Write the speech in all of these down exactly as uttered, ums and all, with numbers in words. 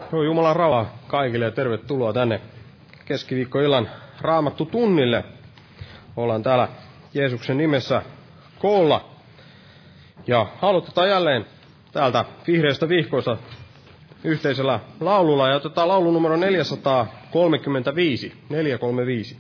Joo, Jumalan rauha kaikille ja tervetuloa tänne keskiviikkoillan Raamattu tunnille. Ollaan täällä Jeesuksen nimessä koolla. Ja aloitetaan jälleen täältä vihreästä vihkoista yhteisellä laululla. Ja otetaan laulu numero neljäsataakolmekymmentäviisi. neljäsataakolmekymmentäviisi.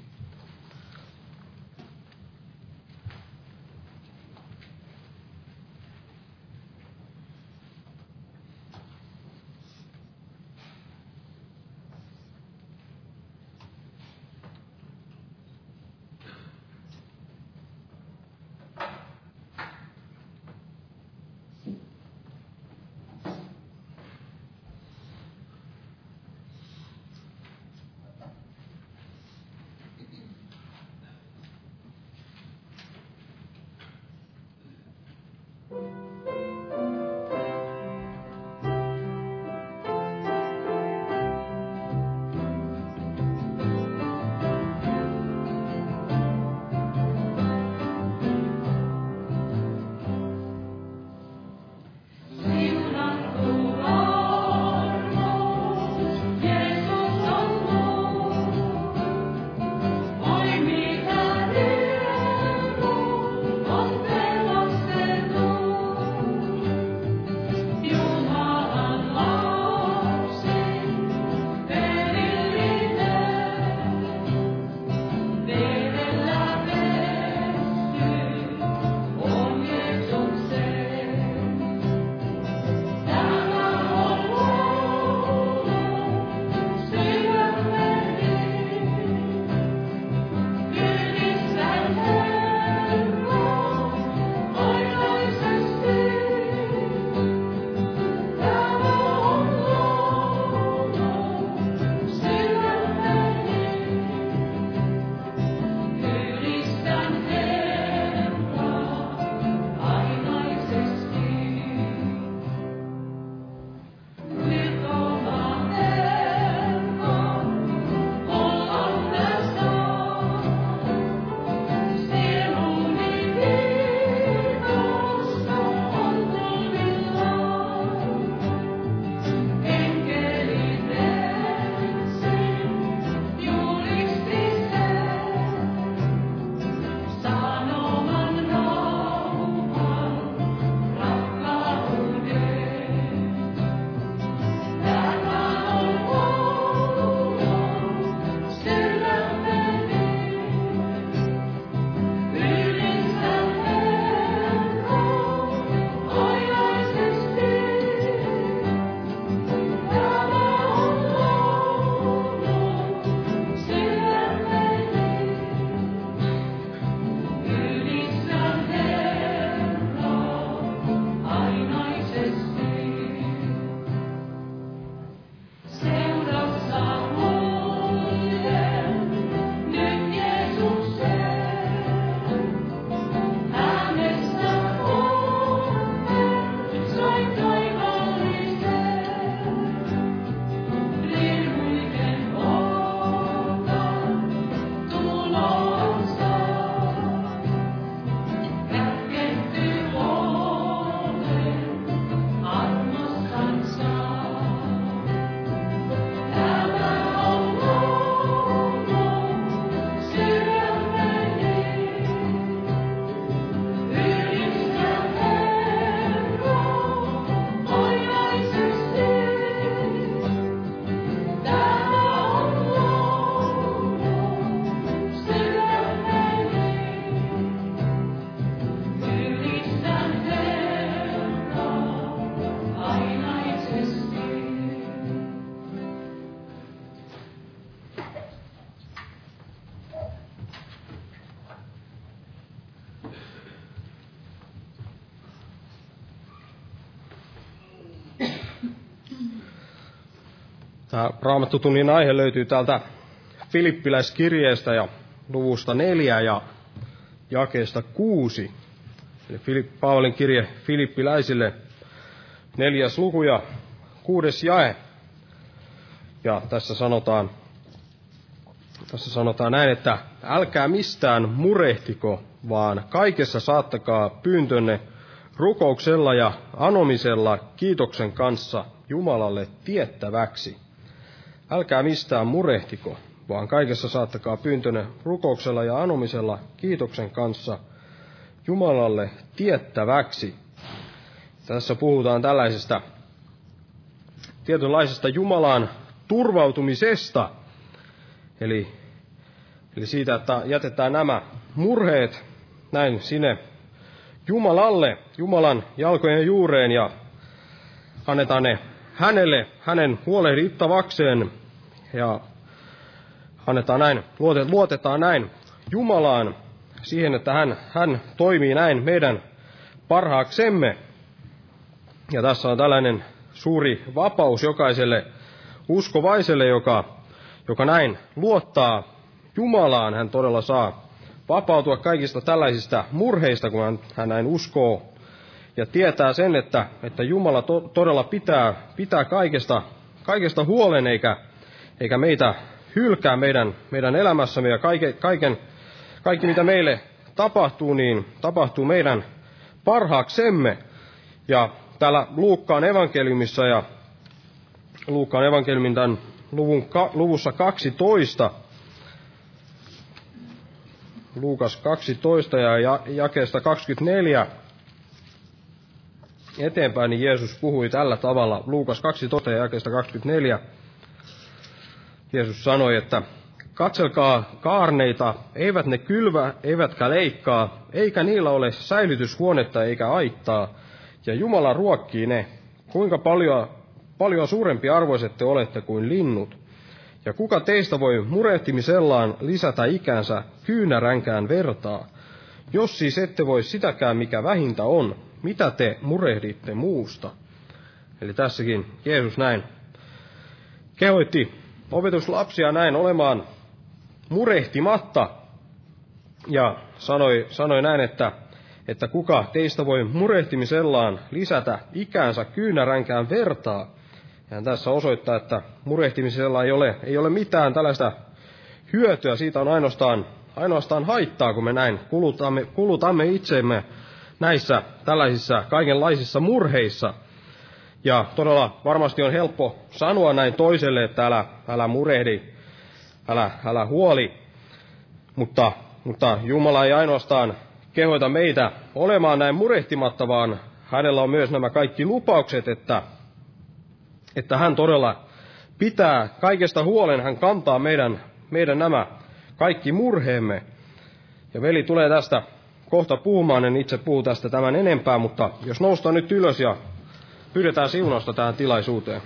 Tämä Raamattutunnin aihe löytyy täältä Filippiläiskirjeestä ja luvusta neljä ja jakeesta kuusi. Eli Filip, Paavalin kirje Filippiläisille, neljäs luku ja kuudes jae. Ja tässä sanotaan, tässä sanotaan näin, että älkää mistään murehtiko, vaan kaikessa saattakaa pyyntönne rukouksella ja anomisella kiitoksen kanssa Jumalalle tiettäväksi. älkää mistään murehtiko, vaan kaikessa saattakaa pyyntönne rukouksella ja anomisella kiitoksen kanssa Jumalalle tiettäväksi. Tässä puhutaan tällaisesta tietynlaisesta Jumalaan turvautumisesta, eli, eli siitä, että jätetään nämä murheet näin sinne Jumalalle, Jumalan jalkojen juureen, ja annetaan ne hänelle, hänen huolehdittavakseen, ja annetaan näin, luotetaan näin Jumalaan siihen, että hän, hän toimii näin meidän parhaaksemme. Ja tässä on tällainen suuri vapaus jokaiselle uskovaiselle, joka, joka näin luottaa Jumalaan. Hän todella saa vapautua kaikista tällaisista murheista, kun hän, hän näin uskoo ja tietää sen, että, että Jumala to, todella pitää, pitää kaikesta, kaikesta huolen, eikä, eikä meitä hylkää meidän, meidän elämässämme, ja kaiken, kaiken, kaikki mitä meille tapahtuu, niin tapahtuu meidän parhaaksemme. Ja täällä Luukkaan evankeliumissa ja Luukkaan evankeliumin tämän luvun, luvussa kaksitoista, Luukas kaksitoista ja jakeesta kaksikymmentäneljä eteenpäin, niin Jeesus puhui tällä tavalla. Luukas kaksitoista ja jakeesta kaksikymmentäneljä. Jeesus sanoi, että katselkaa kaarneita, eivät ne kylvä, eivätkä leikkaa, eikä niillä ole säilytyshuonetta eikä aittaa, ja Jumala ruokkii ne. Kuinka paljon, paljon suurempi arvoiset te olette kuin linnut. Ja kuka teistä voi murehtimisellaan lisätä ikänsä kyynäränkään vertaa? Jos siis ette voi sitäkään, mikä vähintä on, mitä te murehditte muusta? Eli tässäkin Jeesus näin kehoitti opetuslapsia näin olemaan murehtimatta, ja sanoi, sanoi näin, että, että kuka teistä voi murehtimisellaan lisätä ikänsä kyynäränkään vertaa. Ja tässä osoittaa, että murehtimisella ei ole, ei ole mitään tällaista hyötyä, siitä on ainoastaan, ainoastaan haittaa, kun me näin kulutamme, kulutamme itsemme näissä tällaisissa kaikenlaisissa murheissa. Ja todella varmasti on helppo sanoa näin toiselle, että älä, älä murehdi, älä, älä huoli, mutta, mutta Jumala ei ainoastaan kehoita meitä olemaan näin murehtimatta, vaan hänellä on myös nämä kaikki lupaukset, että että hän todella pitää kaikesta huolen, hän kantaa meidän, meidän nämä kaikki murheemme. Ja veli tulee tästä kohta puhumaan, en itse puhu tästä tämän enempää, mutta jos noustaan nyt ylös ja pyydetään siunausta tähän tilaisuuteen.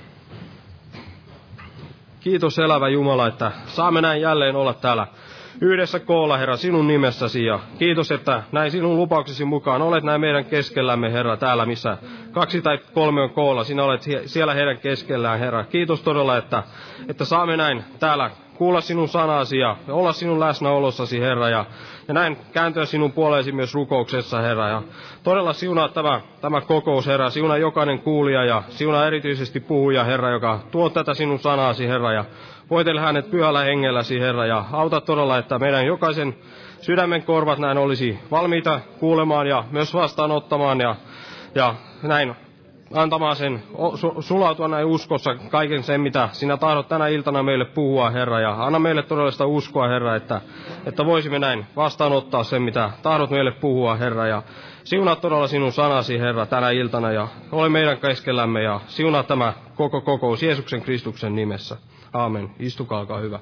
Kiitos elävä Jumala, että saamme näin jälleen olla täällä yhdessä koolla, Herra, sinun nimessäsi, ja kiitos, että näin sinun lupauksesi mukaan olet näin meidän keskellämme, Herra, täällä, missä kaksi tai kolme on koolla. Sinä olet siellä heidän keskellään, Herra. Kiitos todella, että, että saamme näin täällä kuulla sinun sanasi ja olla sinun läsnäolossasi, Herra, ja, ja näin kääntyä sinun puoleesi myös rukouksessa, Herra. Ja todella siunaa tämä, tämä kokous, Herra, siunaa jokainen kuulija ja siunaa erityisesti puhuja, Herra, joka tuo tätä sinun sanasi, Herra, ja voitele hänet pyhällä hengelläsi, Herra, ja auta todella, että meidän jokaisen sydämen korvat näin olisi valmiita kuulemaan ja myös vastaanottamaan, ja, ja näin antamaan sen sulautua näin uskossa kaiken sen, mitä sinä tahdot tänä iltana meille puhua, Herra, ja anna meille todellista uskoa, Herra, että, että voisimme näin vastaanottaa sen, mitä tahdot meille puhua, Herra, ja siunaa todella sinun sanasi, Herra, tänä iltana, ja ole meidän keskellämme, ja siunaa tämä koko kokous Jeesuksen Kristuksen nimessä. Aamen. Istukaa, olkaa hyvä.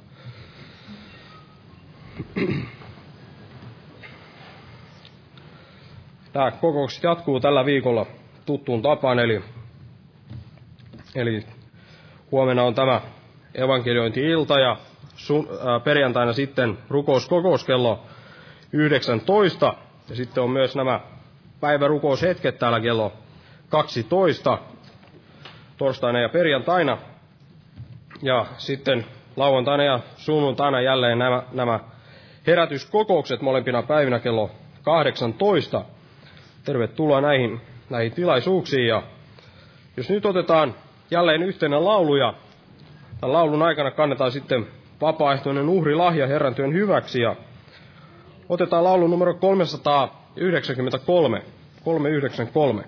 Tämä kokous jatkuu tällä viikolla tuttuun tapaan, eli, eli huomenna on tämä evankeliointi-ilta ja sun, ää, perjantaina sitten rukouskokous kello yhdeksäntoista, ja sitten on myös nämä päivärukoushetket täällä kello kaksitoista torstaina ja perjantaina, ja sitten lauantaina ja sunnuntaina jälleen nämä, nämä herätyskokoukset molempina päivinä kello kahdeksantoista. Tervetuloa näihin, näihin tilaisuuksiin, ja jos nyt otetaan jälleen yhtenä laulu, ja tämän laulun aikana kannetaan sitten vapaaehtoinen uhrilahja Herran työn hyväksi, ja otetaan laulu numero kolmesataayhdeksänkymmentäkolme, kolmesataayhdeksänkymmentäkolme.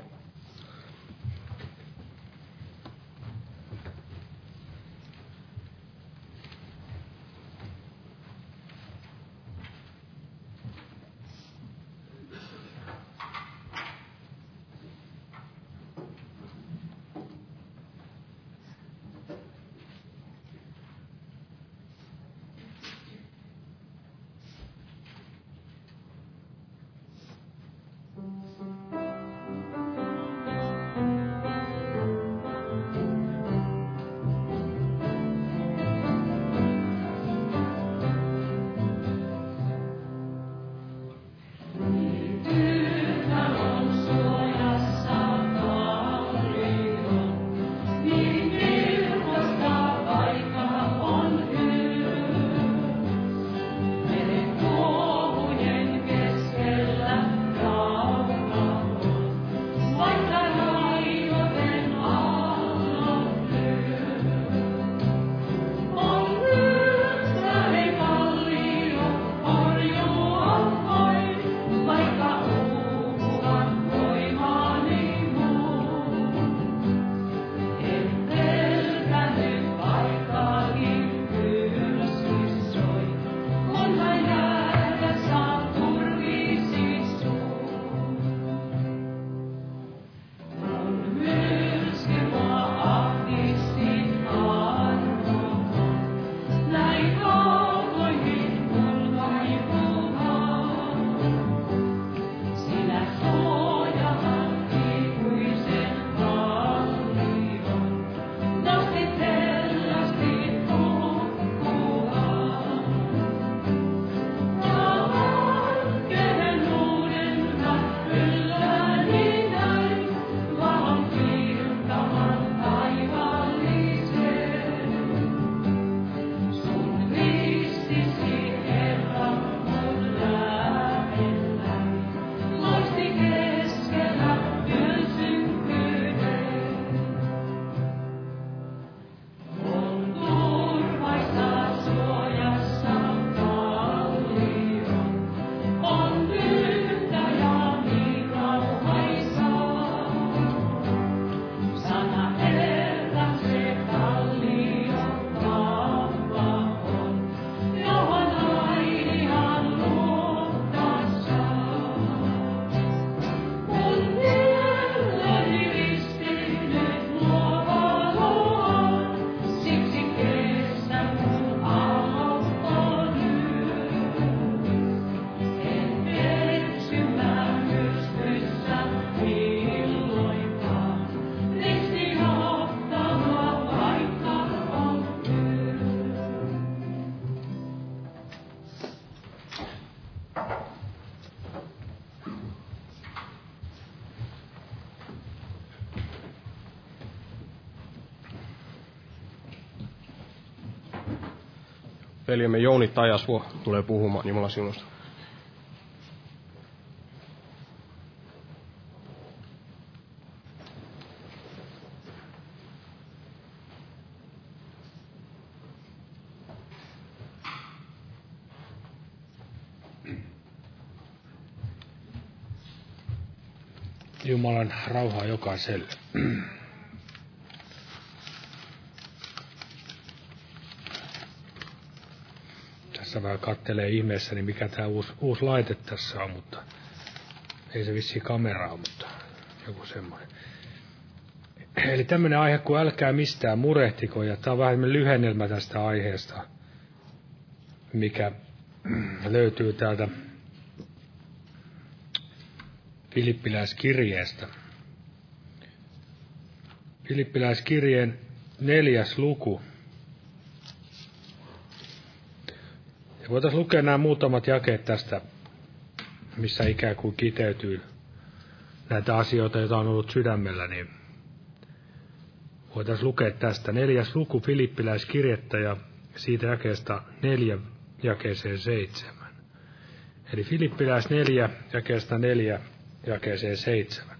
veljemme Jouni Tajasvuo tulee puhumaan Jumalan siunosta. Jumalan rauhaa jokaiselle. Tässä vähän kattelee ihmeessä, niin mikä tämä uusi, uusi laite tässä on, mutta ei se vissiin kameraa, mutta joku semmoinen. Eli tämmöinen aihe kuin älkää mistään murehtiko, ja tämä on vähän lyhennelmä tästä aiheesta, mikä löytyy täältä Filippiläiskirjeestä. Filippiläiskirjeen neljäs luku. Ja voitaisiin lukea nämä muutamat jakeet tästä, missä ikään kuin kiteytyy näitä asioita, joita on ollut sydämellä, niin voitaisiin lukea tästä neljäs luku Filippiläiskirjettä ja siitä jakeesta neljä jakeeseen seitsemän. Eli Filippiläis neljä jakeesta neljä jakeeseen seitsemän.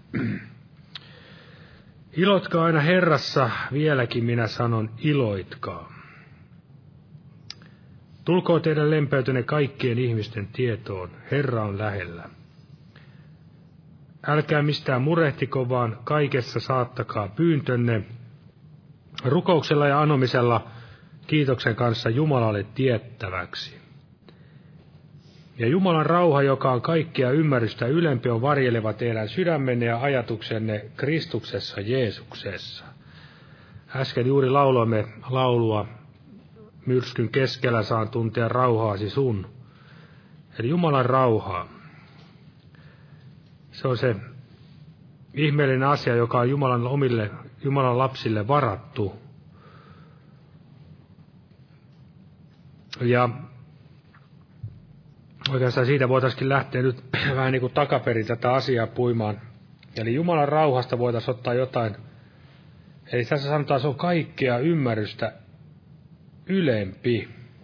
Ilotkaa aina Herrassa, vieläkin minä sanon, iloitkaa. Tulkoon teidän lempeytynne kaikkien ihmisten tietoon, Herra on lähellä. Älkää mistään murehtiko, vaan kaikessa saattakaa pyyntönne rukouksella ja anomisella kiitoksen kanssa Jumalalle tiettäväksi. Ja Jumalan rauha, joka on kaikkea ymmärrystä ylempi, on varjeleva teidän sydämenne ja ajatuksenne Kristuksessa Jeesuksessa. Äsken juuri lauloimme laulua, myrskyn keskellä saan tuntea rauhaasi sun. Eli Jumalan rauhaa. Se on se ihmeellinen asia, joka on Jumalan omille, Jumalan lapsille varattu. Ja oikeastaan siitä voitaisiin lähteä nyt vähän niin kuin takaperin tätä asiaa puimaan. Eli Jumalan rauhasta voitaisiin ottaa jotain. Eli tässä sanotaan, että se on kaikkea ymmärrystä ylempi.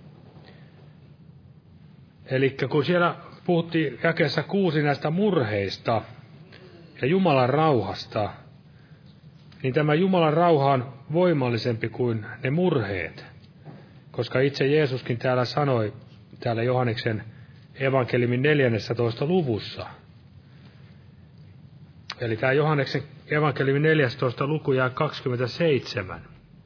Eli kun siellä puhuttiin jakeessa kuusi näistä murheista ja Jumalan rauhasta, niin tämä Jumalan rauha on voimallisempi kuin ne murheet. Koska itse Jeesuskin täällä sanoi, täällä Johanneksen evankeliumin neljännessä luvussa. Eli tämä Johanneksen evankeliumin neljästoista luku ja kaksikymmentäseitsemän.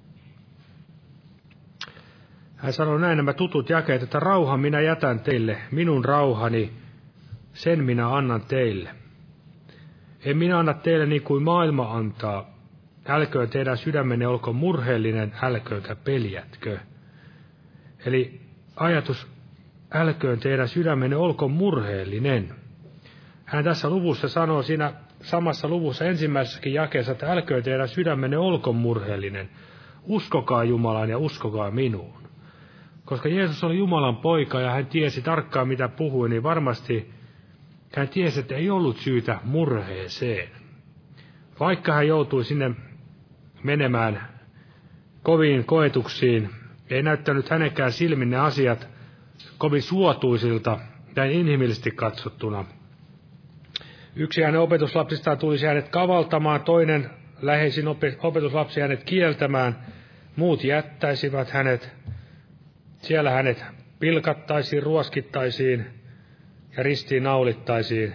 Hän sanoi näin nämä tutut jakeet, että rauhan minä jätän teille, minun rauhani, sen minä annan teille. En minä anna teille niin kuin maailma antaa. Älköön teidän sydämenne olko murheellinen, älköönkä peljätkö. Eli ajatus, älköön teidän sydämenne olko murheellinen. Hän tässä luvussa sanoo siinä samassa luvussa ensimmäisessäkin jakeessa, että älköön teidän sydämenne olko murheellinen. Uskokaa Jumalaan ja uskokaa minuun. Koska Jeesus oli Jumalan poika ja hän tiesi tarkkaan mitä puhui, niin varmasti hän tiesi, että ei ollut syytä murheeseen. Vaikka hän joutui sinne menemään koviin koetuksiin, ei näyttänyt hänenkään silmin ne asiat kovin suotuisilta näin inhimillisesti katsottuna. Yksi hänen opetuslapsistaan tulisi hänet kavaltamaan, toinen läheisin opetuslapsi hänet kieltämään, muut jättäisivät hänet. Siellä hänet pilkattaisiin, ruoskittaisiin ja ristiin naulittaisiin.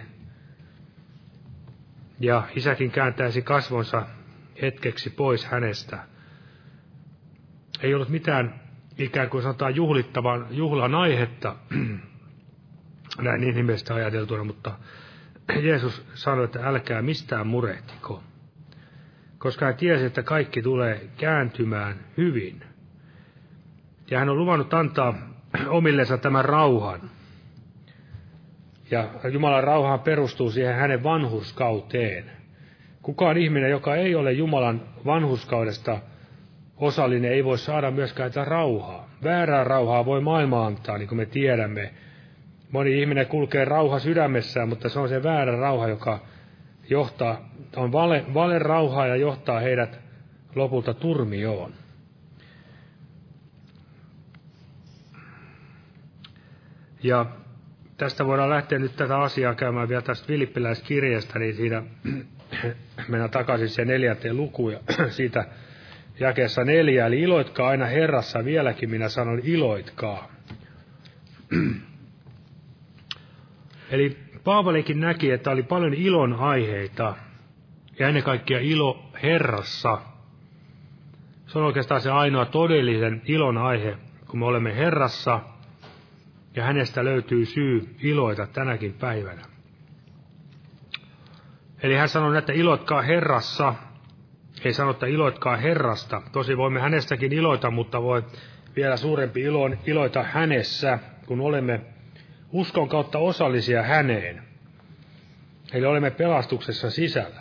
Ja isäkin kääntäisi kasvonsa hetkeksi pois hänestä. Ei ollut mitään ikään kuin sanotaan juhlittavan juhlan aihetta, näin inhimillisesti ajateltuna, mutta Jeesus sanoi, että älkää mistään murehtiko, koska hän tiesi, että kaikki tulee kääntymään hyvin. Ja hän on luvannut antaa omillensa tämän rauhan. Ja Jumalan rauhaan perustuu siihen hänen vanhurskauteen. Kukaan ihminen, joka ei ole Jumalan vanhurskaudesta osallinen, ei voi saada myöskään tätä rauhaa. Väärää rauhaa voi maailma antaa, niin kuin me tiedämme. Moni ihminen kulkee rauha sydämessään, mutta se on se väärä rauha, joka johtaa, on vale, vale rauhaa ja johtaa heidät lopulta turmioon. Ja tästä voidaan lähteä nyt tätä asiaa käymään vielä tästä Filippiläiskirjasta, niin siinä mennään takaisin siihen neljänteen lukuun ja siitä jakeessa neljä, eli iloitkaa aina Herrassa, vieläkin minä sanon iloitkaa. Eli Paavalikin näki, että oli paljon ilon aiheita ja ennen kaikkea ilo Herrassa. Se on oikeastaan se ainoa todellisen ilon aihe, kun me olemme Herrassa ja hänestä löytyy syy iloita tänäkin päivänä. Eli hän sanoi, että iloitkaa Herrassa. Ei sano, että iloitkaa Herrasta. Tosi voimme hänestäkin iloita, mutta voi vielä suurempi ilo iloita hänessä, kun olemme uskon kautta osallisia häneen. Eli olemme pelastuksessa sisällä.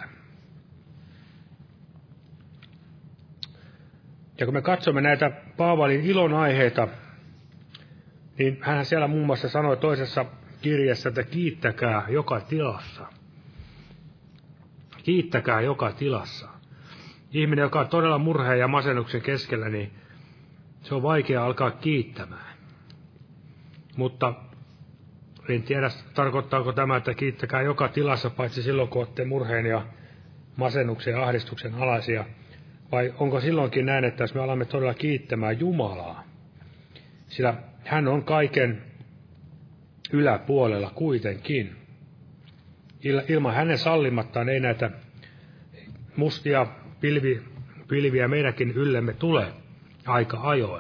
Ja kun me katsomme näitä Paavalin ilon aiheita, niin hän siellä muun muassa sanoi toisessa kirjassa, että kiittäkää joka tilassa. Kiittäkää joka tilassa. Ihminen, joka on todella murheen ja masennuksen keskellä, niin se on vaikea alkaa kiittämään. Mutta en tiedä, tarkoittaako tämä, että kiittäkää joka tilassa, paitsi silloin, kun olette murheen ja masennuksen ja ahdistuksen alaisia. Vai onko silloinkin näin, että jos me alamme todella kiittämään Jumalaa, sillä hän on kaiken yläpuolella kuitenkin. Ilman hänen sallimattaan ei näitä mustia pilvi, pilviä meidänkin yllemme tule aika ajoin.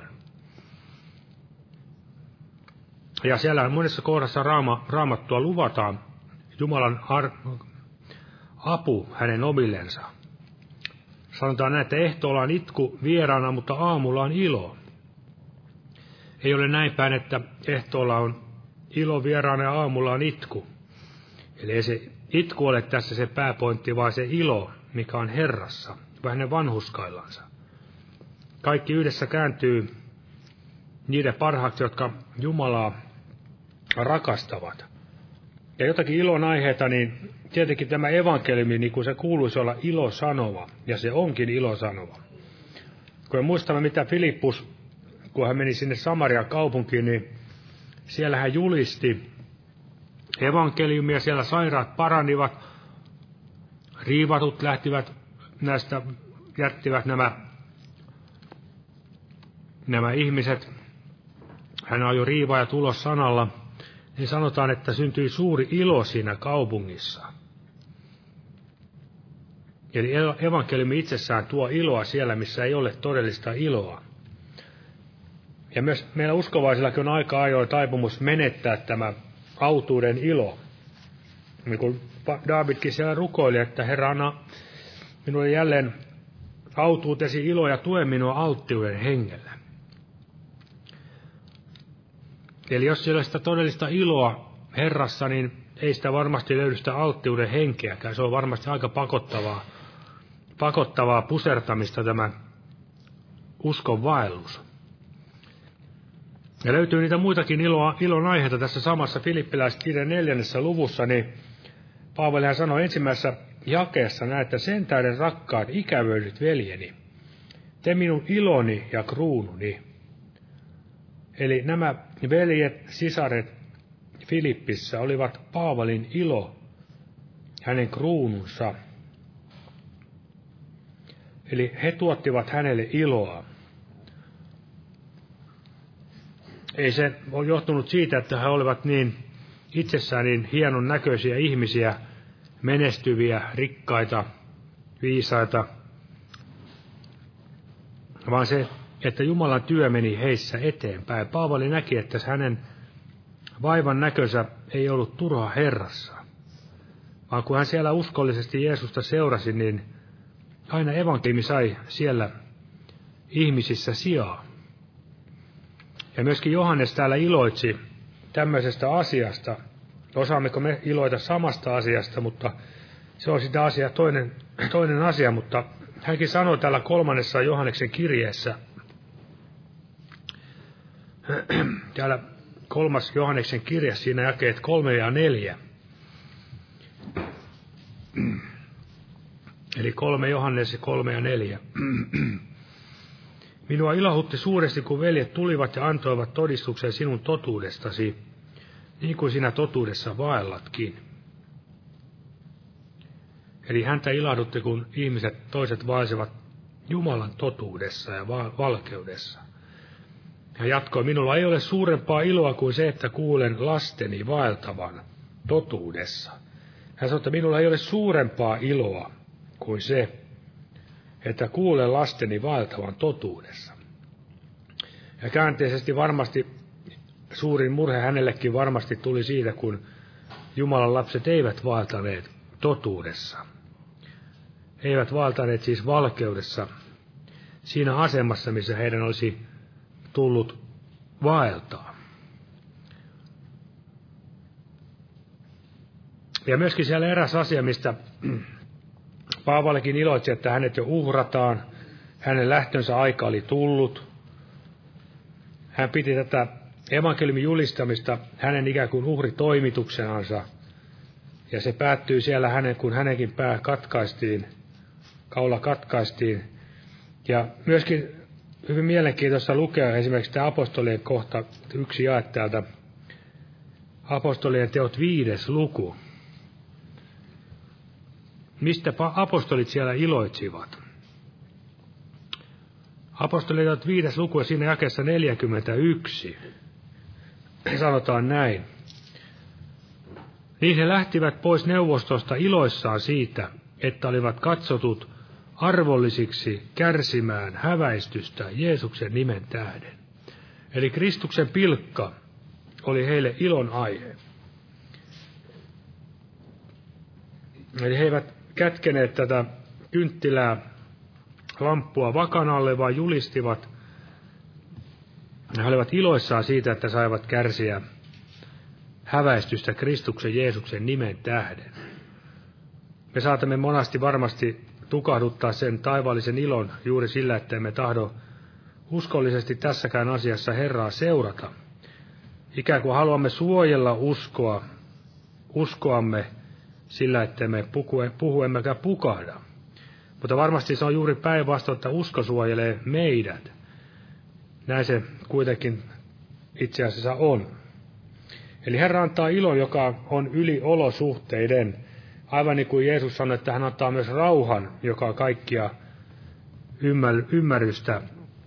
Ja siellä monessa kohdassa raama, raamattua luvataan Jumalan ar, apu hänen omillensa. Sanotaan näin, että ehtoolla on itku vieraana, mutta aamulla on ilo. Ei ole näin päin, että ehtoolla on ilo vieraana ja aamulla on itku. Eli ei se itku ole tässä se pääpointti, vaan se ilo, mikä on Herrassa, vai hänen vanhuskaillansa. Kaikki yhdessä kääntyy niiden parhaaksi, jotka Jumalaa rakastavat. Ja jotakin ilon aiheita, niin tietenkin tämä evankeliumi, niin kuin se kuuluisi olla ilosanova, ja se onkin ilosanova. Kun me muistamme, mitä Filippus, kun hän meni sinne Samarian kaupunkiin, niin siellä hän julisti evankeliumia, siellä sairaat paranivat, riivatut lähtivät näistä, jättivät nämä, nämä ihmiset, hän ajoi riivaa ja tulos sanalla, niin sanotaan, että syntyi suuri ilo siinä kaupungissa. Eli evankeliumi itsessään tuo iloa siellä, missä ei ole todellista iloa. Ja myös meillä uskovaisillakin on aika ajoin taipumus menettää tämä autuuden ilo. Niin kuin Daavidkin siellä rukoili, että Herra, anna minulle jälleen autuutesi ilo ja tue minua alttiuden hengellä. Eli jos siellä on sitä todellista iloa Herrassa, niin ei sitä varmasti löydy sitä alttiuden henkeäkään. Se on varmasti aika pakottavaa, pakottavaa pusertamista tämä uskon vaellus. Ja löytyy niitä muitakin iloa, ilon aiheita tässä samassa Filippiläiskirjan neljännessä luvussa, niin Paavalihan sanoi ensimmäisessä jakeessa näin, että sen tähden rakkaat ikävöidyt veljeni, te minun iloni ja kruununi. Eli nämä veljet, sisaret Filippissä olivat Paavalin ilo, hänen kruununsa. Eli he tuottivat hänelle iloa. Ei se ole johtunut siitä, että he olivat niin itsessään niin hienon näköisiä ihmisiä, menestyviä, rikkaita, viisaita, vaan se, että Jumalan työ meni heissä eteenpäin. Paavali näki, että hänen vaivan näkönsä ei ollut turha Herrassa, vaan kun hän siellä uskollisesti Jeesusta seurasi, niin aina evankeliumi sai siellä ihmisissä sijaa. Ja myöskin Johannes täällä iloitsi tämmöisestä asiasta. Osaammeko me iloita samasta asiasta, mutta se on sitä asia, toinen, toinen asia, mutta hänkin sanoi täällä kolmannessa Johanneksen kirjeessä, täällä kolmas Johanneksen kirja, siinä jakeet kolme ja neljä. Eli kolme Johannes, kolme ja neljä. Minua ilahutti suuresti, kun veljet tulivat ja antoivat todistuksen sinun totuudestasi. niin kuin sinä totuudessa vaellatkin. Eli häntä ilahdutti, kun ihmiset toiset vaelsivat Jumalan totuudessa ja valkeudessa. Hän jatkoi, minulla ei ole suurempaa iloa kuin se, että kuulen lasteni vaeltavan totuudessa. Hän sanoi, että minulla ei ole suurempaa iloa kuin se, että kuulen lasteni vaeltavan totuudessa. Ja käänteisesti varmasti suurin murhe hänellekin varmasti tuli siitä, kun Jumalan lapset eivät vaeltaneet totuudessa. Eivät vaeltaneet siis valkeudessa siinä asemassa, missä heidän olisi tullut vaeltaa. Ja myöskin siellä eräs asia, mistä Paavalikin iloitsi, että hänet jo uhrataan, hänen lähtönsä aika oli tullut. Hän piti tätä evankeliumin julistamista hänen ikään kuin uhritoimituksenansa, ja se päättyi siellä hänen, kun hänenkin pää katkaistiin, kaula katkaistiin. Ja myöskin hyvin mielenkiintoista lukea esimerkiksi tämä apostolien kohta, yksi jae täältä, apostolien teot viides luku. Mistä apostolit siellä iloitsivat? Apostolien teot viides luku, ja siinä jakeessa neljäkymmentäyksi. Sanotaan näin. Niin he lähtivät pois neuvostosta iloissaan siitä, että olivat katsotut arvollisiksi kärsimään häväistystä Jeesuksen nimen tähden. Eli Kristuksen pilkka oli heille ilon aihe. Eli he eivät kätkeneet tätä kynttilää lamppua vakan alle, vaan julistivat. He olivat iloissaan siitä, että saivat kärsiä häväistystä Kristuksen Jeesuksen nimen tähden. Me saatamme monasti varmasti tukahduttaa sen taivaallisen ilon juuri sillä, että emme tahdo uskollisesti tässäkään asiassa Herraa seurata. Ikään kuin haluamme suojella uskoa, uskoamme sillä, että me puhu, puhu emmekä pukahda. Mutta varmasti se on juuri päinvastoin, että usko suojelee meidät. Näin se kuitenkin itse asiassa on. Eli Herra antaa ilon, joka on yli olosuhteiden. Aivan niin kuin Jeesus sanoi, että hän antaa myös rauhan, joka on kaikkia ymmärrystä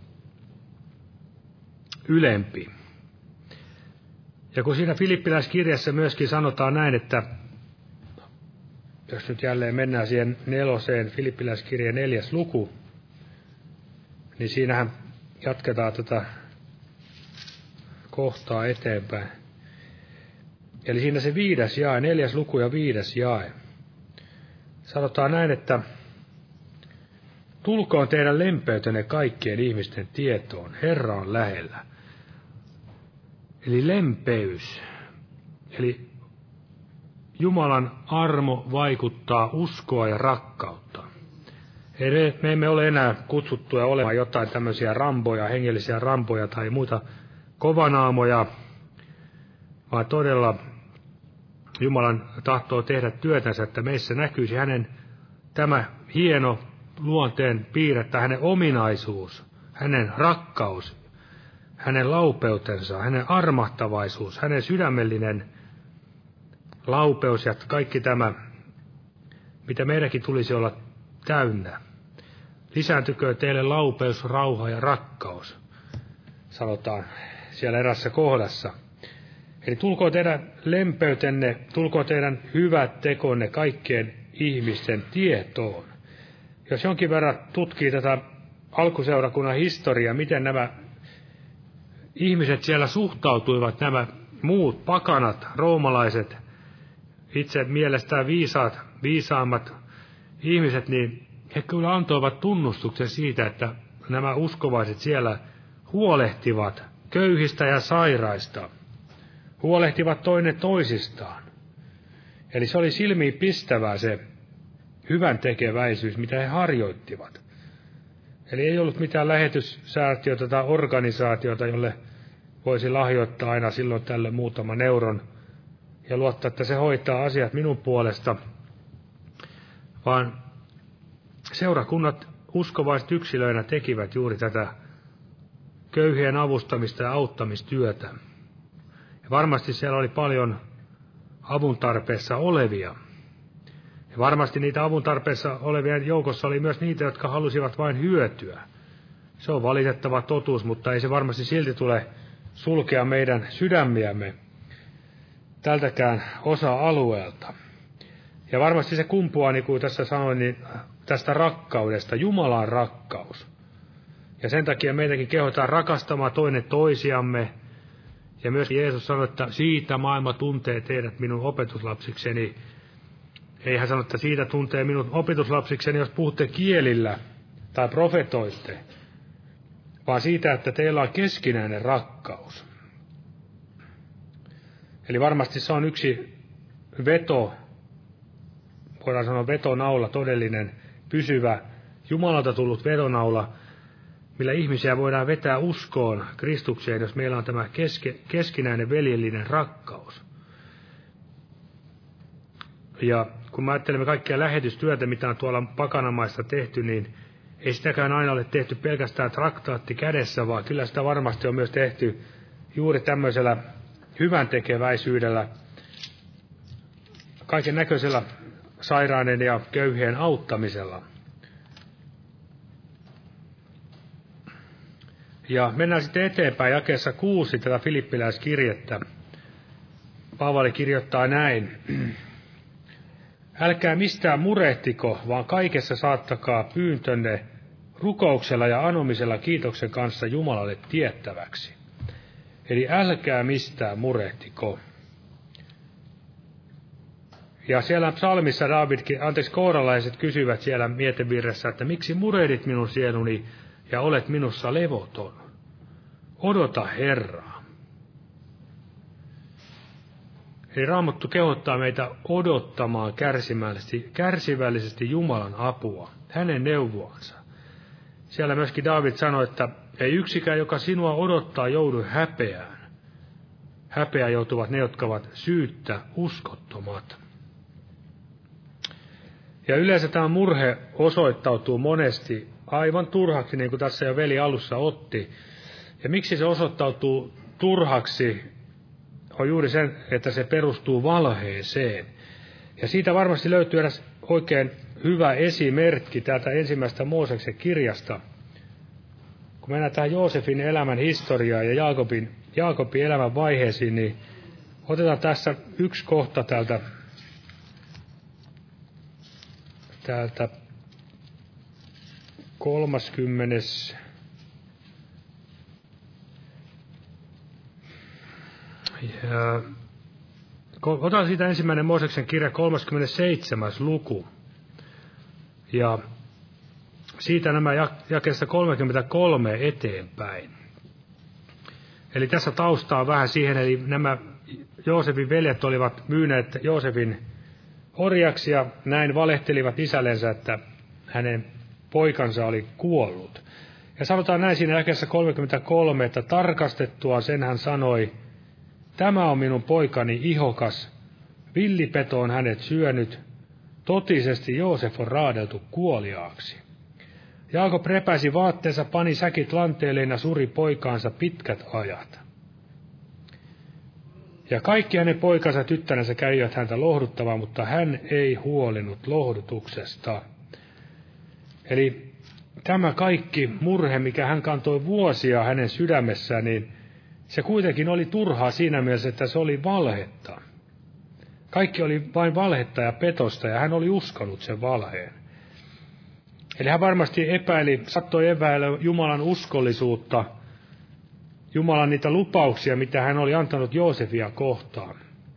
ylempi. Ja kun siinä Filippiläiskirjassa myöskin sanotaan näin, että jos nyt jälleen mennään siihen neloseen, Filippiläiskirjan neljäs luku, niin siinähän jatketaan tätä kohtaa eteenpäin. Eli siinä se viides jae, neljäs luku ja viides jae. Sanotaan näin, että tulkoon teidän lempeytenne kaikkien ihmisten tietoon, Herra on lähellä. Eli lempeys, eli Jumalan armo vaikuttaa uskoa ja rakkautta. Eli me emme ole enää kutsuttuja olemaan jotain tämmöisiä ramboja, hengellisiä ramboja tai muita kovanaamoja, vaan todella Jumalan tahtoo tehdä työtänsä, että meissä näkyisi hänen tämä hieno luonteen piirre, hänen ominaisuus, hänen rakkaus, hänen laupeutensa, hänen armahtavaisuus, hänen sydämellinen laupeus ja kaikki tämä, mitä meidänkin tulisi olla täynnä. Lisääntykö teille laupeus, rauha ja rakkaus, sanotaan siellä erässä kohdassa. Eli tulkoon teidän lempeytenne, tulkoon teidän hyvät tekonne kaikkien ihmisten tietoon. Jos jonkin verran tutkii tätä alkuseurakunnan historiaa, miten nämä ihmiset siellä suhtautuivat, nämä muut pakanat, roomalaiset, itse mielestään viisaat, viisaammat ihmiset, niin he kyllä antoivat tunnustuksen siitä, että nämä uskovaiset siellä huolehtivat köyhistä ja sairaista. Huolehtivat toinen toisistaan. Eli se oli silmiin pistävää se hyvän tekeväisyys, mitä he harjoittivat. Eli ei ollut mitään lähetyssäätiötä tai organisaatiota, jolle voisi lahjoittaa aina silloin tälle muutaman euron ja luottaa, että se hoitaa asiat minun puolesta, vaan seurakunnat uskovaiset yksilöinä tekivät juuri tätä köyhien avustamista ja auttamistyötä. Ja varmasti siellä oli paljon avun tarpeessa olevia. Ja varmasti niitä avun tarpeessa olevien joukossa oli myös niitä, jotka halusivat vain hyötyä. Se on valitettava totuus, mutta ei se varmasti silti tule sulkea meidän sydämiämme tältäkään osa-alueelta. Ja varmasti se kumpuaa, niin kuin tässä sanoin, niin tästä rakkaudesta, Jumalan rakkaus. Ja sen takia meitäkin kehotaan rakastamaan toinen toisiamme. Ja myös Jeesus sanoi, että siitä maailma tuntee teidät minun opetuslapsikseni. Ei hän sano, että siitä tuntee minun opetuslapsikseni, jos puhutte kielillä tai profetoitte, vaan siitä, että teillä on keskinäinen rakkaus. Eli varmasti se on yksi veto, voidaan sanoa vetonaula, todellinen, pysyvä, Jumalalta tullut vetonaula, millä ihmisiä voidaan vetää uskoon Kristukseen, jos meillä on tämä keske, keskinäinen veljellinen rakkaus. Ja kun me ajattelemme kaikkia lähetystyötä, mitä on tuolla pakanamaissa tehty, niin ei sitäkään aina ole tehty pelkästään traktaatti kädessä, vaan kyllä sitä varmasti on myös tehty juuri tämmöisellä hyvän tekeväisyydellä, kaiken näköisellä sairaiden ja köyhien auttamisella. Ja mennään sitten eteenpäin jakeessa kuusi tätä filippiläiskirjettä. Paavali kirjoittaa näin. Älkää mistään murehtiko, vaan kaikessa saattakaa pyyntönne rukouksella ja anomisella kiitoksen kanssa Jumalalle tiettäväksi. Eli älkää mistään murehtiko. Ja siellä psalmissa Davidkin, anteeksi kooralaiset kysyvät siellä mietevirressä, että miksi murehdit minun sieluni ja olet minussa levoton? Odota Herraa. Eli Raamattu kehottaa meitä odottamaan kärsivällisesti, kärsivällisesti Jumalan apua, hänen neuvoansa. Siellä myöskin David sanoi, että ei yksikään, joka sinua odottaa, joudu häpeään. Häpeään joutuvat ne, jotka ovat syyttä uskottomat. Ja yleensä tämä murhe osoittautuu monesti aivan turhaksi, niin kuin tässä jo veli alussa otti. Ja miksi se osoittautuu turhaksi, on juuri sen, että se perustuu valheeseen. Ja siitä varmasti löytyy edes oikein hyvä esimerkki täältä ensimmäistä Mooseksen kirjasta. Kun mennään tähän Joosefin elämän historiaan ja Jaakobin, Jaakobin elämän vaiheisiin, niin otetaan tässä yksi kohta täältä, täältä kolmaskymmenes ja otan siitä ensimmäinen Mooseksen kirja kolmaskymmenesseitsemäs luku. Ja siitä nämä jakeesta kolmekymmentäkolme eteenpäin. Eli tässä taustaa vähän siihen, eli nämä Joosefin veljet olivat myyneet Joosefin orjaksi ja näin valehtelivat isällensä, että hänen poikansa oli kuollut. Ja sanotaan näin siinä jakeessa kolmekymmentäkolme, että tarkastettua sen hän sanoi, tämä on minun poikani ihokas, villipeto on hänet syönyt, totisesti Joosef on raadeltu kuoliaaksi. Jaakob repäisi vaatteensa, pani säkit lanteelleen ja suri poikaansa pitkät ajat. Ja kaikki hänen poikansa tyttärensä kävivät häntä lohduttamaan, mutta hän ei huolinut lohdutuksesta. Eli tämä kaikki murhe, mikä hän kantoi vuosia hänen sydämessään, niin se kuitenkin oli turhaa siinä mielessä, että se oli valhetta. Kaikki oli vain valhetta ja petosta, ja hän oli uskonut sen valheen. Eli hän varmasti epäili, sattoi epäillä Jumalan uskollisuutta, Jumalan niitä lupauksia, mitä hän oli antanut Joosefia kohtaan.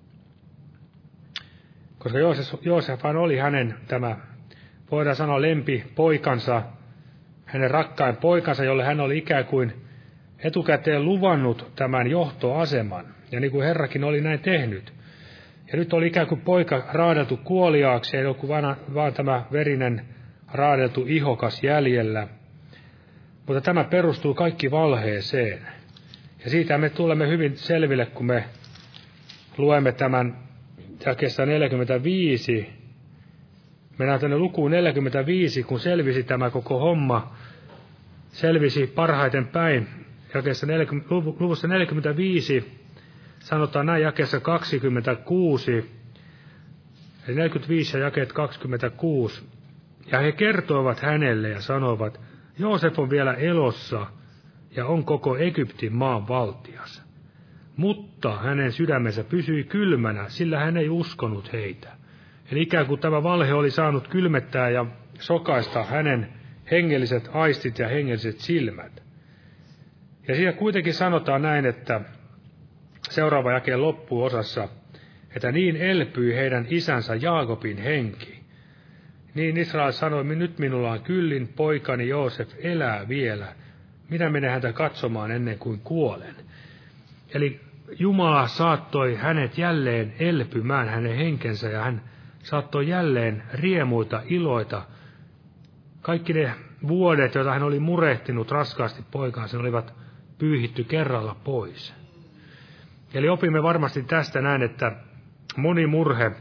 Koska Joosef, Joosefhan oli hänen tämä, voidaan sanoa lempi poikansa, hänen rakkain poikansa, jolle hän oli ikään kuin etukäteen luvannut tämän johtoaseman. Ja niin kuin Herrakin oli näin tehnyt. Ja nyt oli ikään kuin poika raadeltu kuoliaaksi, ei ollut vaan, vaan tämä verinen raadeltu ihokas jäljellä. Mutta tämä perustuu kaikki valheeseen. Ja siitä me tulemme hyvin selville, kun me luemme tämän jakeessa neljäkymmentäviisi. Mennään tänne lukuun neljäkymmentäviisi, kun selvisi tämä koko homma. Selvisi parhaiten päin. Jakeessa neljäkymmentä, luvussa neljäkymmentäviisi sanotaan näin jakeessa kaksikymmentäkuusi, eli neljäkymmentäviisi ja jakeet kaksikymmentäkuusi. Ja he kertoivat hänelle ja sanoivat, Joosef on vielä elossa ja on koko Egyptin maan valtias. Mutta hänen sydämensä pysyi kylmänä, sillä hän ei uskonut heitä. Eli ikään kuin tämä valhe oli saanut kylmettää ja sokaista hänen hengelliset aistit ja hengelliset silmät. Ja siinä kuitenkin sanotaan näin, että seuraava jakeen loppuosassa, että niin elpyi heidän isänsä Jaakobin henki. Niin Israel sanoi, nyt minulla on kyllin, poikani Joosef elää vielä. Minä menen häntä katsomaan ennen kuin kuolen. Eli Jumala saattoi hänet jälleen elpymään, hänen henkensä, ja hän saattoi jälleen riemuita, iloita. Kaikki ne vuodet, joita hän oli murehtinut raskaasti poikaansa, olivat pyyhitty kerralla pois. Eli opimme varmasti tästä näin, että moni murhe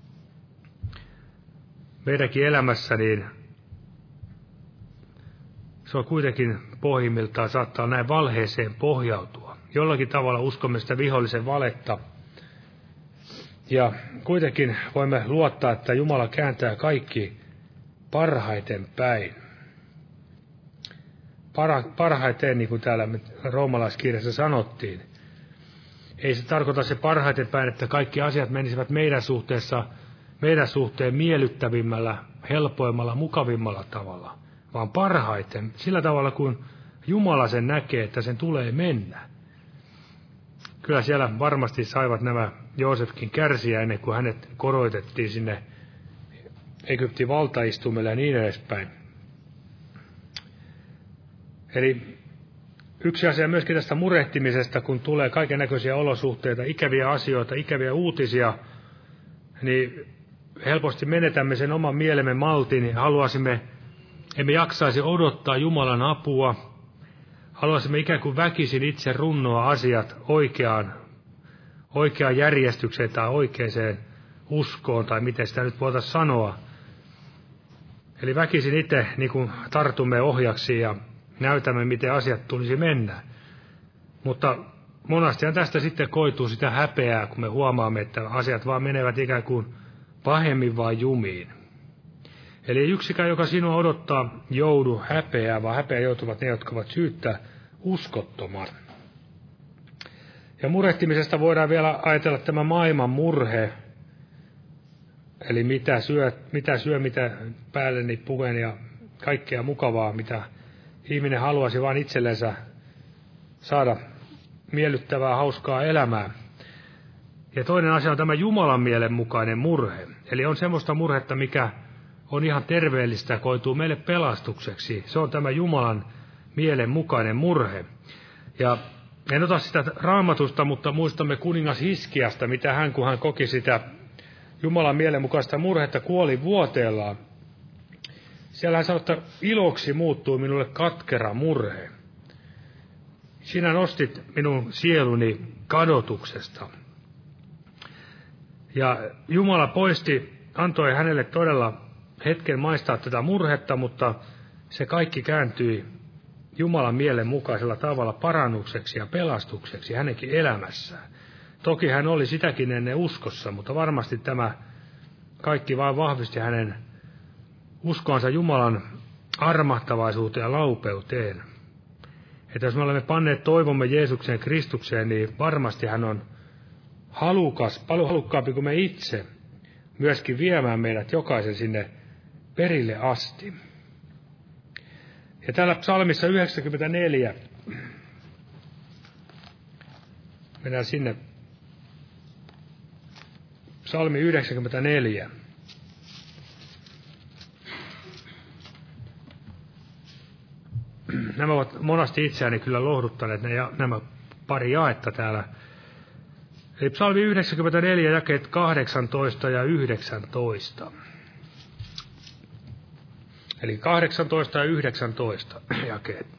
meidänkin elämässä, niin se on kuitenkin pohjimmiltaan saattaa näin valheeseen pohjautua. Jollakin tavalla uskomme sitä vihollisen valetta. Ja kuitenkin voimme luottaa, että Jumala kääntää kaikki parhaiten päin. Para, parhaiten, niin kuin täällä roomalaiskirjassa sanottiin. Ei se tarkoita se parhaiten päin, että kaikki asiat menisivät meidän suhteessa, meidän suhteen miellyttävimmällä, helpoimmalla, mukavimmalla tavalla. Vaan parhaiten, sillä tavalla kun Jumala sen näkee, että sen tulee mennä. Kyllä siellä varmasti saivat nämä Joosefkin kärsiä ennen kuin hänet korotettiin sinne Egyptin valtaistumelle ja niin edespäin. Eli yksi asia myöskin tästä murehtimisesta, kun tulee kaiken näköisiä olosuhteita, ikäviä asioita, ikäviä uutisia, niin helposti menetämme sen oman mielemme maltin ja haluaisimme, emme jaksaisi odottaa Jumalan apua. Haluaisimme ikään kuin väkisin itse runnoa asiat oikeaan, oikeaan järjestykseen tai oikeaan uskoon, tai miten sitä nyt voitaisiin sanoa. Eli väkisin itse niin kuin tartumme ohjaksi ja näytämme, miten asiat tulisi mennä. Mutta monastihan tästä sitten koituu sitä häpeää, kun me huomaamme, että asiat vaan menevät ikään kuin pahemmin vaan jumiin. Eli yksikään, joka sinua odottaa, joudu häpeää, vaan häpeää joutuvat ne, jotka ovat syyttä uskottoman. Ja murehtimisesta voidaan vielä ajatella tämä maailman murhe, eli mitä syö, mitä, syö, mitä päälleni puken ja kaikkea mukavaa, mitä ihminen haluaisi vain itsellensä saada miellyttävää, hauskaa elämää. Ja toinen asia on tämä Jumalan mielen mukainen murhe. Eli on semmoista murhetta, mikä on ihan terveellistä ja koituu meille pelastukseksi. Se on tämä Jumalan mielen mukainen murhe. Ja en ota sitä Raamatusta, mutta muistamme kuningas Hiskiasta, mitä hän, kun hän koki sitä Jumalan mielen mukaista murhetta, kuoli vuoteellaan. Siellä hän sanoi, että iloksi muuttuu minulle katkera murhe. Sinä nostit minun sieluni kadotuksesta. Ja Jumala poisti, antoi hänelle todella hetken maistaa tätä murhetta, mutta se kaikki kääntyi Jumalan mielen mukaisella tavalla parannukseksi ja pelastukseksi hänenkin elämässään. Toki hän oli sitäkin ennen uskossa, mutta varmasti tämä kaikki vain vahvisti hänen uskoansa Jumalan armahtavaisuuteen ja laupeuteen. Että jos me olemme panneet toivomme Jeesukseen Kristukseen, niin varmasti hän on halukas, paljon halukkaampi kuin me itse, myöskin viemään meidät jokaisen sinne perille asti. Ja täällä psalmissa yhdeksänkymmentäneljä, mennään sinne, psalmi yhdeksänkymmentäneljä. Nämä ovat monasti itseäni kyllä lohduttaneet, ne ja, nämä pari jaetta täällä. Eli psalmi yhdeksänkymmentäneljä, jakeet kahdeksantoista ja yhdeksäntoista. Eli kahdeksantoista ja yhdeksäntoista jakeet.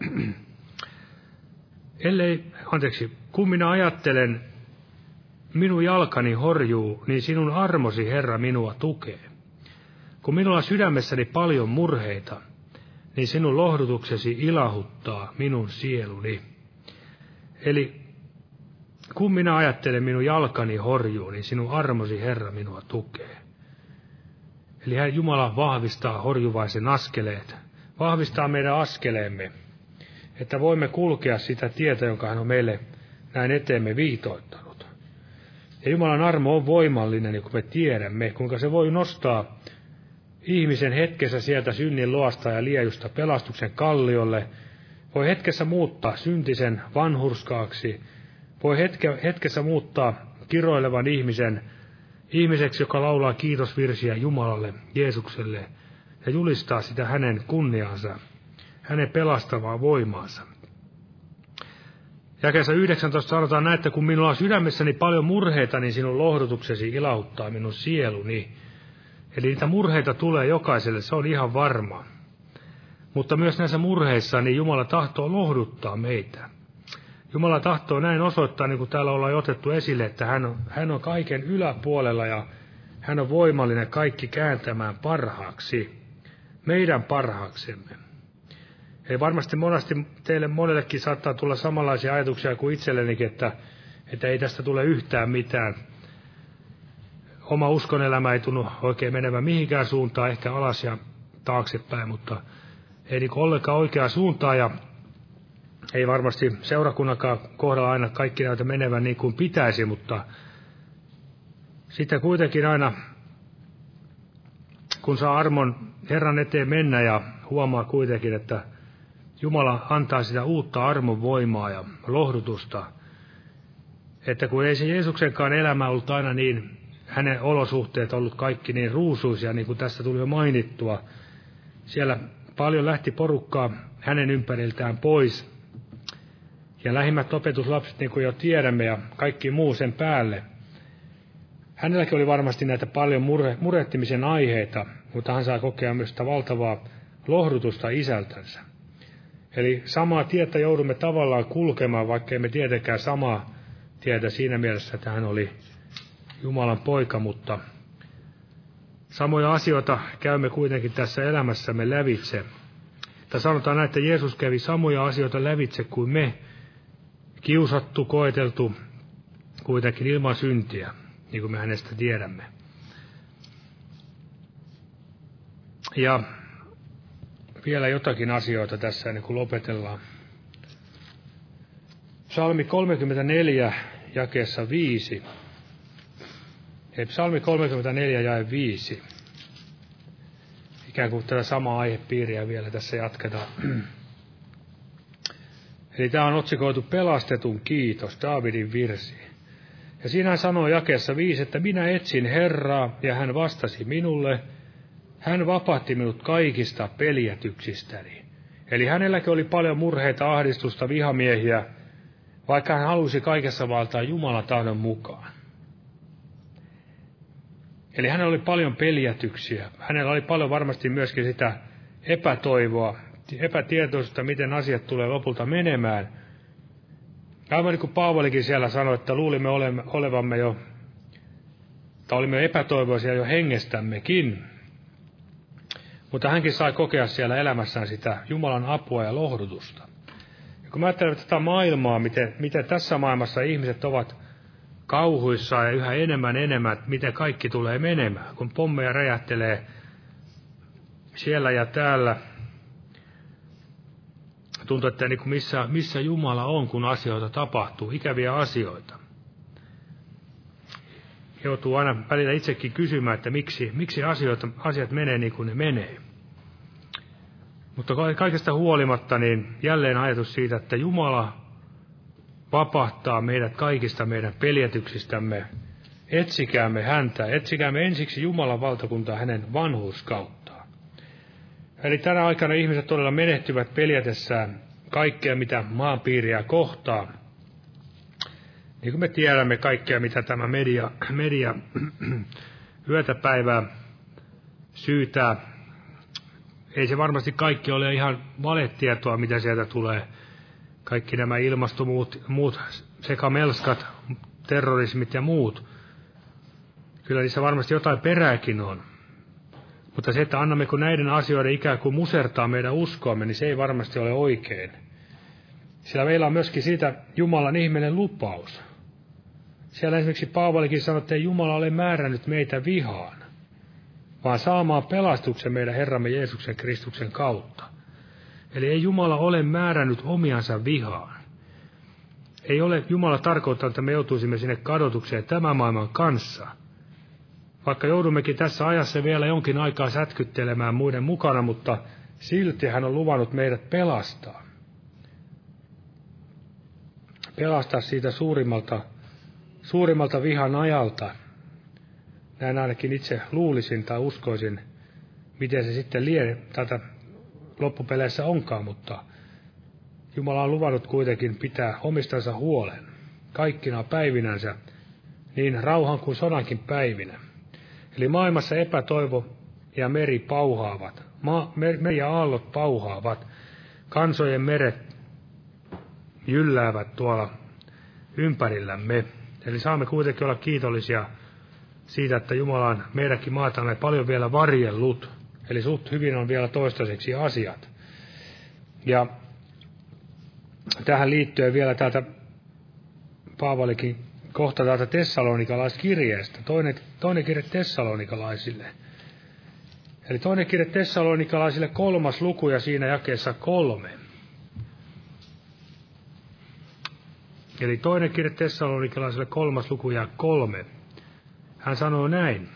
Ellei, anteeksi, kun minä ajattelen, minun jalkani horjuu, niin sinun armosi, Herra, minua tukee. Kun minulla on sydämessäni paljon murheita, niin sinun lohdutuksesi ilahuttaa minun sieluni. Eli kun minä ajattelen minun jalkani horjuu, niin sinun armosi, Herra, minua tukee. Eli hän Jumala vahvistaa horjuvaisen askeleet, vahvistaa meidän askeleemme, että voimme kulkea sitä tietä, jonka hän on meille näin eteemme viitoittanut. Ja Jumalan armo on voimallinen, niin kuin me tiedämme, kuinka se voi nostaa ihmisen hetkessä sieltä synnin loasta ja liejusta pelastuksen kalliolle, voi hetkessä muuttaa syntisen vanhurskaaksi, voi hetke, hetkessä muuttaa kiroilevan ihmisen ihmiseksi, joka laulaa kiitosvirsiä Jumalalle, Jeesukselle, ja julistaa sitä hänen kunniaansa, hänen pelastavaa voimaansa. Jakeessa yhdeksäntoista sanotaan näin, että kun minulla on sydämessäni paljon murheita, niin sinun lohdutuksesi ilauttaa minun sieluni. Eli niitä murheita tulee jokaiselle, se on ihan varma. Mutta myös näissä murheissa niin Jumala tahtoo lohduttaa meitä. Jumala tahtoo näin osoittaa, niin kuin täällä ollaan otettu esille, että hän on, hän on kaiken yläpuolella ja hän on voimallinen kaikki kääntämään parhaaksi, meidän parhaaksemme. Eli varmasti monesti teille monellekin saattaa tulla samanlaisia ajatuksia kuin itsellenikin, että, että ei tästä tule yhtään mitään. Oma uskonelämä ei tunnu oikein menevän mihinkään suuntaan, ehkä alas ja taaksepäin, mutta ei niin ollenkaan oikeaa suuntaa ja ei varmasti seurakunnankaan kohdalla aina kaikki näytä menevän niin kuin pitäisi, mutta sitten kuitenkin aina, kun saa armon Herran eteen mennä ja huomaa kuitenkin, että Jumala antaa sitä uutta armon voimaa ja lohdutusta, että kun ei se Jeesuksenkaan elämä ollut aina niin, hänen olosuhteet ollut kaikki niin ruusuisia, niin kuin tässä tuli jo mainittua. Siellä paljon lähti porukkaa hänen ympäriltään pois. Ja lähimmät opetuslapset, niin kuin jo tiedämme, ja kaikki muu sen päälle. Hänelläkin oli varmasti näitä paljon murhe, murehtimisen aiheita, mutta hän saa kokea myös sitä valtavaa lohdutusta isältänsä. Eli samaa tietä joudumme tavallaan kulkemaan, vaikka emme tietenkään samaa tietä siinä mielessä, että hän oli Jumalan poika, mutta samoja asioita käymme kuitenkin tässä elämässämme lävitse. Tai sanotaan näin, että Jeesus kävi samoja asioita lävitse kuin me, kiusattu, koeteltu, kuitenkin ilman syntiä, niin kuin me hänestä tiedämme. Ja vielä jotakin asioita tässä ennen kuin lopetellaan. Psalmi kolmekymmentäneljä, jakeessa viisi. Eli psalmi kolmekymmentäneljä, jae viisi. Ikään kuin tätä samaa aihepiiriä vielä tässä jatketaan. Eli tämä on otsikoitu Pelastetun kiitos, Daavidin virsi. Ja siinä hän sanoo jakeessa viisi, että minä etsin Herraa, ja hän vastasi minulle. Hän vapahti minut kaikista peljätyksistäni. Eli hänelläkin oli paljon murheita, ahdistusta, vihamiehiä, vaikka hän halusi kaikessa valtaa Jumalan tahdon mukaan. Eli hänellä oli paljon peljätyksiä. Hänellä oli paljon varmasti myöskin sitä epätoivoa, epätietoisuutta, miten asiat tulee lopulta menemään. Aivan niin kuin Paavalikin siellä sanoi, että luulimme olemme, olevamme jo, tai olimme epätoivoisia jo hengestämmekin. Mutta hänkin sai kokea siellä elämässään sitä Jumalan apua ja lohdutusta. Ja kun mä ajattelen tätä maailmaa, miten, miten tässä maailmassa ihmiset ovat kauhuissaan ja yhä enemmän enemmän, että miten kaikki tulee menemään, kun pommeja räjähtelee siellä ja täällä. Tuntuu, että niin kuin missä, missä Jumala on, kun asioita tapahtuu, ikäviä asioita. Joutuu aina välillä itsekin kysymään, että miksi, miksi asioita, asiat menee niin kuin ne menee. Mutta kaikesta huolimatta, niin jälleen ajatus siitä, että Jumala vapahtaa meidät kaikista meidän peljätyksistämme. Etsikäämme häntä, etsikäämme ensiksi Jumalan valtakuntaa hänen vanhuuskauttaan. Eli tänä aikana ihmiset todella menehtyvät peljätessään kaikkea, mitä maanpiiriä kohtaa. Niin kuin me tiedämme kaikkea, mitä tämä media, media yötä päivää syytää. Ei se varmasti kaikki ole ihan valetietoa, mitä sieltä tulee. Kaikki nämä ilmastomuut, muut sekamelskat, terrorismit ja muut. Kyllä niissä varmasti jotain perääkin on. Mutta se, että annammeko näiden asioiden ikään kuin musertaa meidän uskoamme, niin se ei varmasti ole oikein. Sillä meillä on myöskin siitä Jumalan ihmeellinen lupaus. Siellä esimerkiksi Paavalikin sanoi, että ei Jumala ole määrännyt meitä vihaan, vaan saamaan pelastuksen meidän Herramme Jeesuksen Kristuksen kautta. Eli ei Jumala ole määrännyt omiansa vihaan. Ei ole Jumala tarkoittanut, että me joutuisimme sinne kadotukseen tämän maailman kanssa. Vaikka joudummekin tässä ajassa vielä jonkin aikaa sätkyttelemään muiden mukana, mutta silti hän on luvannut meidät pelastaa. Pelastaa siitä suurimmalta, suurimmalta vihan ajalta. Näin ainakin itse luulisin tai uskoisin, miten se sitten lie tätä loppupeleissä onkaan, mutta Jumala on luvannut kuitenkin pitää omistansa huolen kaikkina päivinänsä, niin rauhan kuin sodankin päivinä. Eli maailmassa epätoivo ja meri pauhaavat, Ma, meri ja aallot pauhaavat, kansojen meret jylläävät tuolla ympärillämme. Eli saamme kuitenkin olla kiitollisia siitä, että Jumala on meidänkin maatamme paljon vielä varjellut. Eli suht hyvin on vielä toistaiseksi asiat. Ja tähän liittyen vielä täältä Paavalikin kohta täältä tessalonikalaiskirjeestä. Toinen, toinen kirje tessalonikalaisille. Eli toinen kirje tessalonikalaisille kolmas luku ja siinä jakeessa kolme. Eli toinen kirje tessalonikalaisille kolmas luku ja kolme. Hän sanoo näin.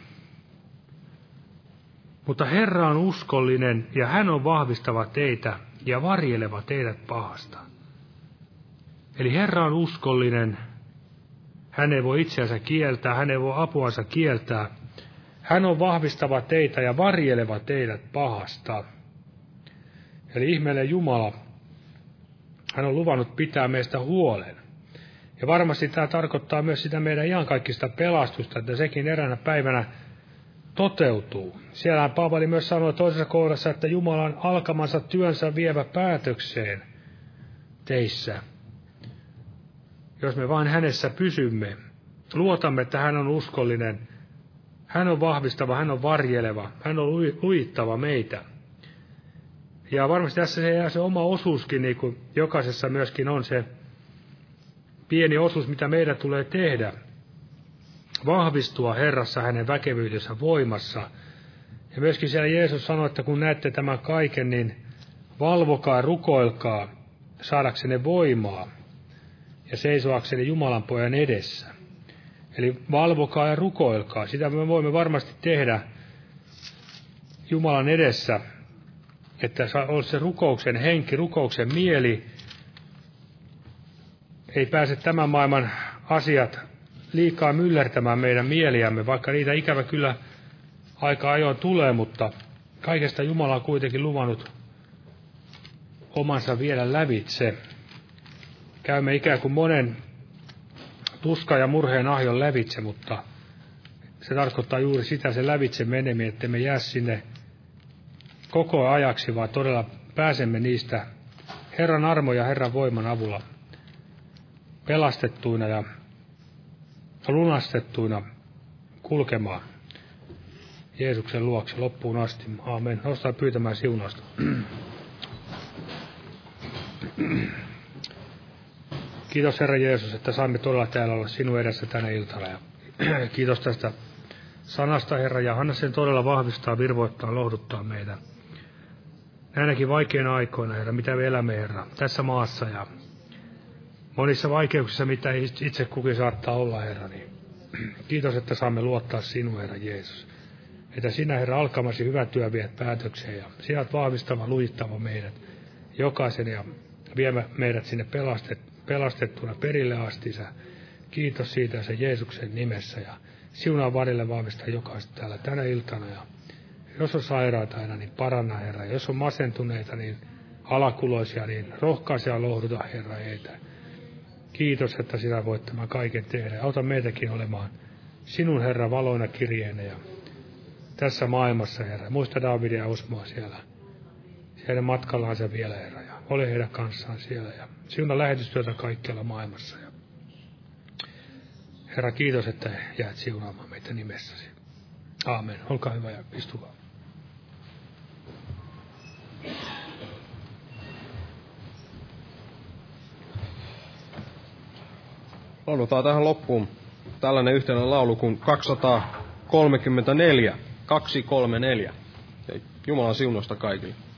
Mutta Herra on uskollinen ja hän on vahvistava teitä ja varjeleva teidät pahasta. Eli Herra on uskollinen. Hän ei voi itseänsä kieltää, hän ei voi apuansa kieltää. Hän on vahvistava teitä ja varjeleva teidät pahasta. Eli ihmeellinen Jumala, hän on luvannut pitää meistä huolen. Ja varmasti tämä tarkoittaa myös sitä meidän iankaikkista pelastusta, että sekin eräänä päivänä toteutuu. Siellähän Paavali myös sanoi toisessa kohdassa, että Jumala on alkamansa työnsä vievä päätökseen teissä. Jos me vain hänessä pysymme, luotamme, että hän on uskollinen, hän on vahvistava, hän on varjeleva, hän on lujittava meitä. Ja varmasti tässä se jää se oma osuuskin, niin kuin jokaisessa myöskin on se pieni osuus, mitä meidän tulee tehdä. Vahvistua Herrassa hänen väkevyydensä voimassa. Ja myöskin siellä Jeesus sanoi, että kun näette tämän kaiken, niin valvokaa ja rukoilkaa saadaksenne voimaa ja seisoaksenne Jumalan pojan edessä. Eli valvokaa ja rukoilkaa. Sitä me voimme varmasti tehdä Jumalan edessä, että on se rukouksen henki, rukouksen mieli. Ei pääse tämän maailman asiat liikaa myllertämään meidän mieliämme, vaikka niitä ikävä kyllä aika ajoin tulee, mutta kaikesta Jumala on kuitenkin luvannut omansa viedä lävitse. Käymme ikään kuin monen tuska ja murheen ahjon lävitse, mutta se tarkoittaa juuri sitä se lävitse meneminen, että me jää sinne koko ajaksi, vaan todella pääsemme niistä Herran armo ja Herran voiman avulla pelastettuina ja lunastettuina kulkemaan Jeesuksen luokse loppuun asti. Aamen. Nostaa pyytämään siunausta. Kiitos Herra Jeesus, että saamme todella täällä olla sinun edessä tänä iltana. Ja kiitos tästä sanasta, Herra, ja anna sen todella vahvistaa, virvoittaa, lohduttaa meitä. Näinäkin vaikeina aikoina, Herra, mitä me elämme, Herra, tässä maassa ja monissa vaikeuksissa, mitä itse kukin saattaa olla, Herra, niin kiitos, että saamme luottaa sinun, Herra Jeesus. Että sinä, Herra, alkamasi hyvä työ viet päätökseen ja sinä olet vahvistava, lujittava meidät jokaisen ja viemä meidät sinne pelastet, pelastettuna perille asti. Kiitos siitä se Jeesuksen nimessä ja siunaa varille vahvistaa jokaista täällä tänä iltana. Ja jos on sairaita aina, niin paranna, Herra. Jos on masentuneita, niin alakuloisia, niin rohkaise ja lohduta, Herra, heitä. Kiitos, että sinä voit tämän kaiken tehdä. Auta meitäkin olemaan sinun, Herra, valoina kirjeenä ja tässä maailmassa, Herra. Muista Davidia ja Osmoa siellä. Heidän matkallaansa vielä, Herra. Ja ole heidän kanssaan siellä. Ja siunaa lähetystyötä kaikkialla maailmassa. Ja Herra, kiitos, että jäät siunaamaan meitä nimessäsi. Aamen. Olkaa hyvä ja istukaa. Lauletaan tähän loppuun tällainen yhteinen laulu kuin kaksisataakolmekymmentäneljä, kaksisataakolmekymmentäneljä. Ja Jumalan siunosta kaikille.